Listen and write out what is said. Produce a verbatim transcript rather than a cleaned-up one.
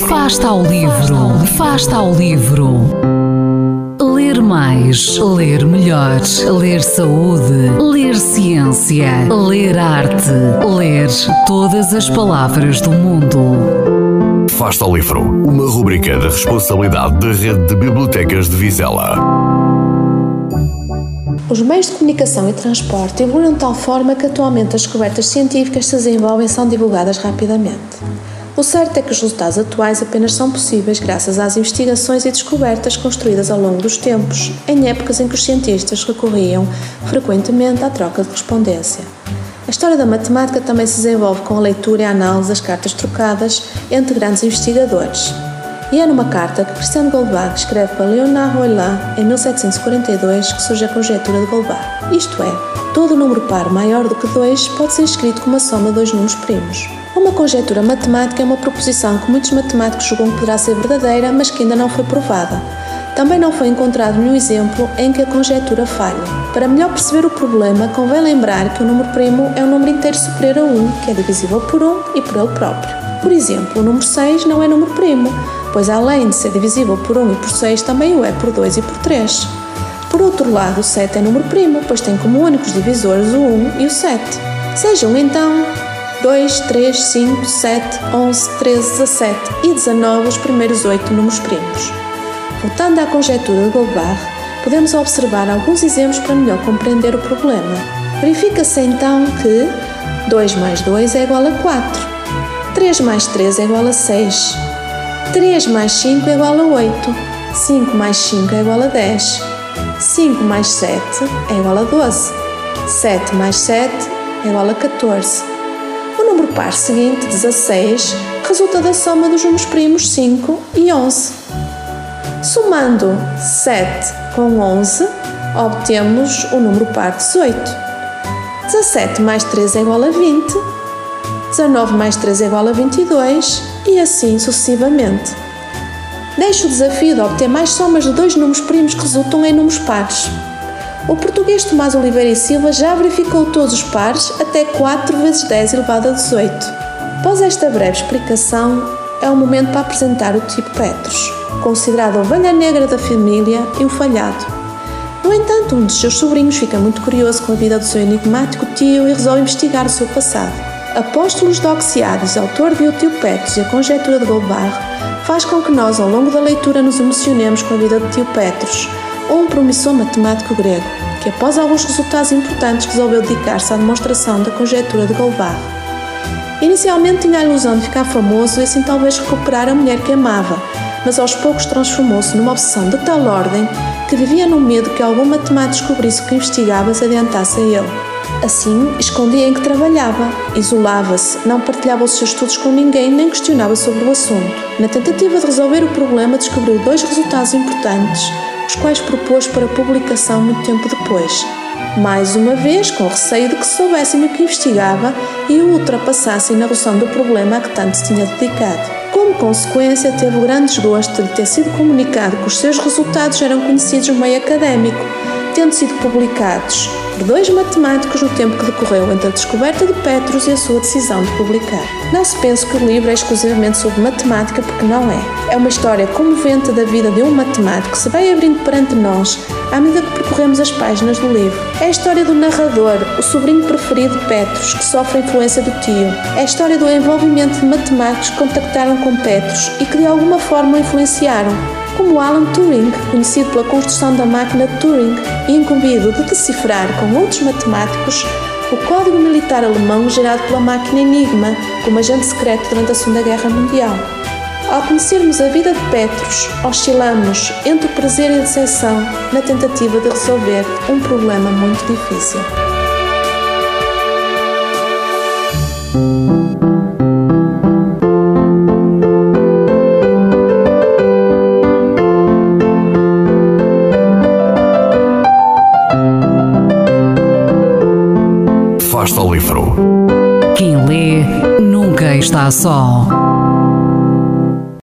Fasta ao livro, Fasta ao livro. Ler mais, ler melhor, ler saúde, ler ciência, ler arte, ler todas as palavras do mundo. Fasta ao livro, uma rubrica da responsabilidade da Rede de Bibliotecas de Vizela. Os meios de comunicação e transporte evoluíram de tal forma que atualmente as descobertas científicas se desenvolvem e são divulgadas rapidamente. O certo é que os resultados atuais apenas são possíveis graças às investigações e descobertas construídas ao longo dos tempos, em épocas em que os cientistas recorriam frequentemente à troca de correspondência. A história da matemática também se desenvolve com a leitura e a análise das cartas trocadas entre grandes investigadores. E é numa carta que Christian Goldbach escreve para Leonard Euler em mil setecentos e quarenta e dois que surge a conjetura de Goldbach. Isto é, todo número par maior do que dois pode ser escrito como a soma de dois números primos. Uma conjetura matemática é uma proposição que muitos matemáticos julgam que poderá ser verdadeira, mas que ainda não foi provada. Também não foi encontrado nenhum exemplo em que a conjetura falhe. Para melhor perceber o problema, convém lembrar que o número primo é um número inteiro superior a um, que é divisível por um e por ele próprio. Por exemplo, o número seis não é número primo, pois além de ser divisível por um e por seis, também o é por dois e por três. Por outro lado, o sete é número primo, pois tem como únicos divisores o um e o sete. Sejam então dois, três, cinco, sete, onze, treze, dezassete e dezanove os primeiros oito números primos. Voltando à conjetura de Goldbach, podemos observar alguns exemplos para melhor compreender o problema. Verifica-se então que dois mais dois é igual a quatro, três mais três é igual a seis, três mais cinco é igual a oito, cinco mais cinco é igual a dez, cinco mais sete é igual a doze, sete mais sete é igual a catorze. O número par seguinte, dezasseis, resulta da soma dos números primos cinco e onze. Somando sete com onze, obtemos o número par dezoito. dezassete mais três é igual a vinte, dezanove mais três é igual a vinte e dois e assim sucessivamente. Deixo o desafio de obter mais somas de dois números primos que resultam em números pares. O português Tomás Oliveira e Silva já verificou todos os pares até quatro vezes dez elevado a dezoito. Após esta breve explicação, é o momento para apresentar o tipo Petrus, considerado a ovelha negra da família e o falhado. No entanto, um dos seus sobrinhos fica muito curioso com a vida do seu enigmático tio e resolve investigar o seu passado. Apóstolos Doxiades, autor de O Tio Petrus e a conjetura de Goldbach, faz com que nós, ao longo da leitura, nos emocionemos com a vida do tio Petrus, um promissor matemático grego, que após alguns resultados importantes resolveu dedicar-se à demonstração da conjetura de Goldbach. Inicialmente tinha a ilusão de ficar famoso e assim talvez recuperar a mulher que amava, mas aos poucos transformou-se numa obsessão de tal ordem que vivia no medo que algum matemático descobrisse o que investigava e se adiantasse a ele. Assim, escondia em que trabalhava, isolava-se, não partilhava os seus estudos com ninguém nem questionava sobre o assunto. Na tentativa de resolver o problema, descobriu dois resultados importantes, os quais propôs para publicação muito tempo depois. Mais uma vez, com receio de que soubessem o que investigava e o ultrapassassem na resolução do problema a que tanto se tinha dedicado. Como consequência, teve o grande desgosto de ter sido comunicado que os seus resultados eram conhecidos no meio académico, tendo sido publicados por dois matemáticos no tempo que decorreu entre a descoberta de Petrus e a sua decisão de publicar. Não se pense que o livro é exclusivamente sobre matemática, porque não é. É uma história comovente da vida de um matemático que se vai abrindo perante nós à medida que percorremos as páginas do livro. É a história do narrador, o sobrinho preferido de Petrus, que sofre a influência do tio. É a história do envolvimento de matemáticos que contactaram com Petrus e que de alguma forma o influenciaram, como Alan Turing, conhecido pela construção da máquina de Turing e incumbido de decifrar com outros matemáticos o código militar alemão gerado pela máquina Enigma como agente secreto durante a Segunda Guerra Mundial. Ao conhecermos a vida de Petrus, oscilamos entre o prazer e a decepção na tentativa de resolver um problema muito difícil. Fasta ao livro. Quem lê nunca está só.